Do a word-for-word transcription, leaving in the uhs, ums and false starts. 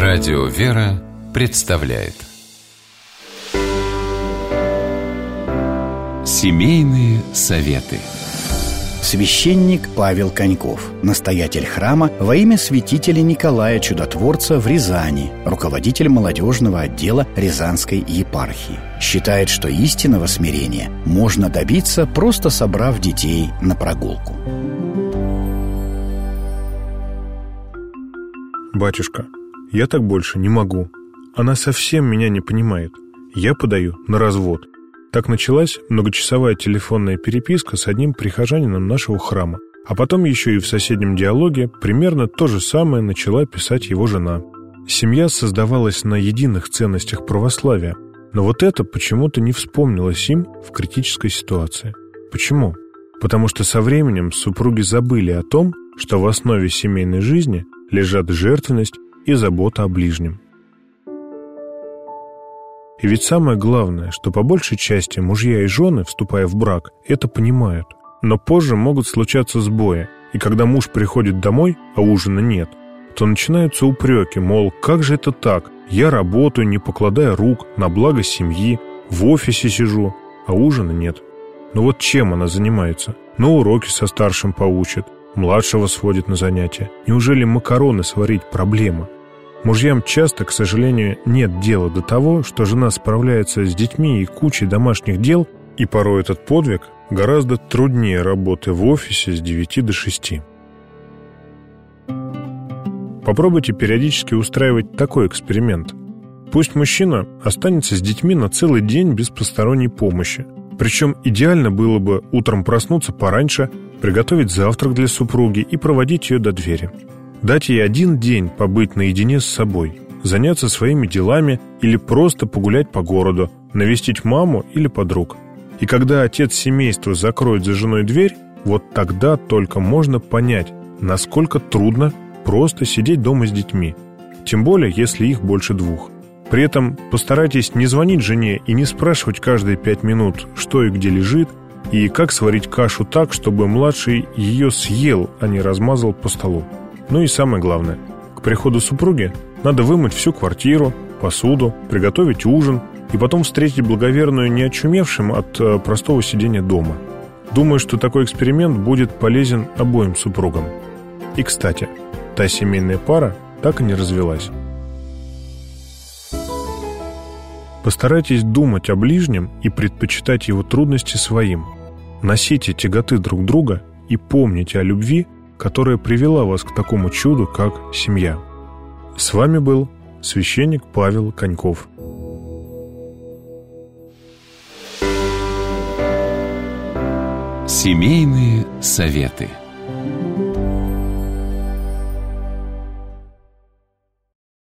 Радио «Вера» представляет Семейные советы. Священник Павел Коньков, настоятель храма во имя святителя Николая Чудотворца в Рязани, руководитель молодежного отдела Рязанской епархии, считает, что истинного смирения можно добиться, просто собрав детей на прогулку. «Батюшка, я так больше не могу. Она совсем меня не понимает. Я подаю на развод». Так началась многочасовая телефонная переписка с одним прихожанином нашего храма. А потом еще и в соседнем диалоге примерно то же самое начала писать его жена. Семья создавалась на единых ценностях православия, но вот это почему-то не вспомнилось им в критической ситуации. Почему? Потому что со временем супруги забыли о том, что в основе семейной жизни лежат жертвенность и забота о ближнем. И ведь самое главное, что по большей части мужья и жены, вступая в брак, это понимают. Но позже могут случаться сбои, и когда муж приходит домой, а ужина нет, то начинаются упреки, мол, как же это так? Я работаю, не покладая рук, на благо семьи, в офисе сижу, а ужина нет. Ну вот чем она занимается? На уроки со старшим поучит, младшего сводит на занятия. Неужели макароны сварить проблема? Мужьям часто, к сожалению, нет дела до того, что жена справляется с детьми и кучей домашних дел, и порой этот подвиг гораздо труднее работы в офисе с девяти до шести. Попробуйте периодически устраивать такой эксперимент. Пусть мужчина останется с детьми на целый день без посторонней помощи. Причем идеально было бы утром проснуться пораньше, приготовить завтрак для супруги и проводить ее до двери. Дать ей один день побыть наедине с собой, заняться своими делами или просто погулять по городу, навестить маму или подруг. И когда отец семейства закроет за женой дверь, вот тогда только можно понять, насколько трудно просто сидеть дома с детьми, тем более если их больше двух. При этом постарайтесь не звонить жене и не спрашивать каждые пять минут, что и где лежит, и как сварить кашу так, чтобы младший ее съел, а не размазал по столу. Ну и самое главное, к приходу супруги надо вымыть всю квартиру, посуду, приготовить ужин и потом встретить благоверную не очумевшим от э, простого сидения дома. Думаю, что такой эксперимент будет полезен обоим супругам. И, кстати, та семейная пара так и не развелась. Постарайтесь думать о ближнем и предпочитать его трудности своим. Носите тяготы друг друга и помните о любви, которая привела вас к такому чуду, как семья. С вами был священник Павел Коньков. Семейные советы.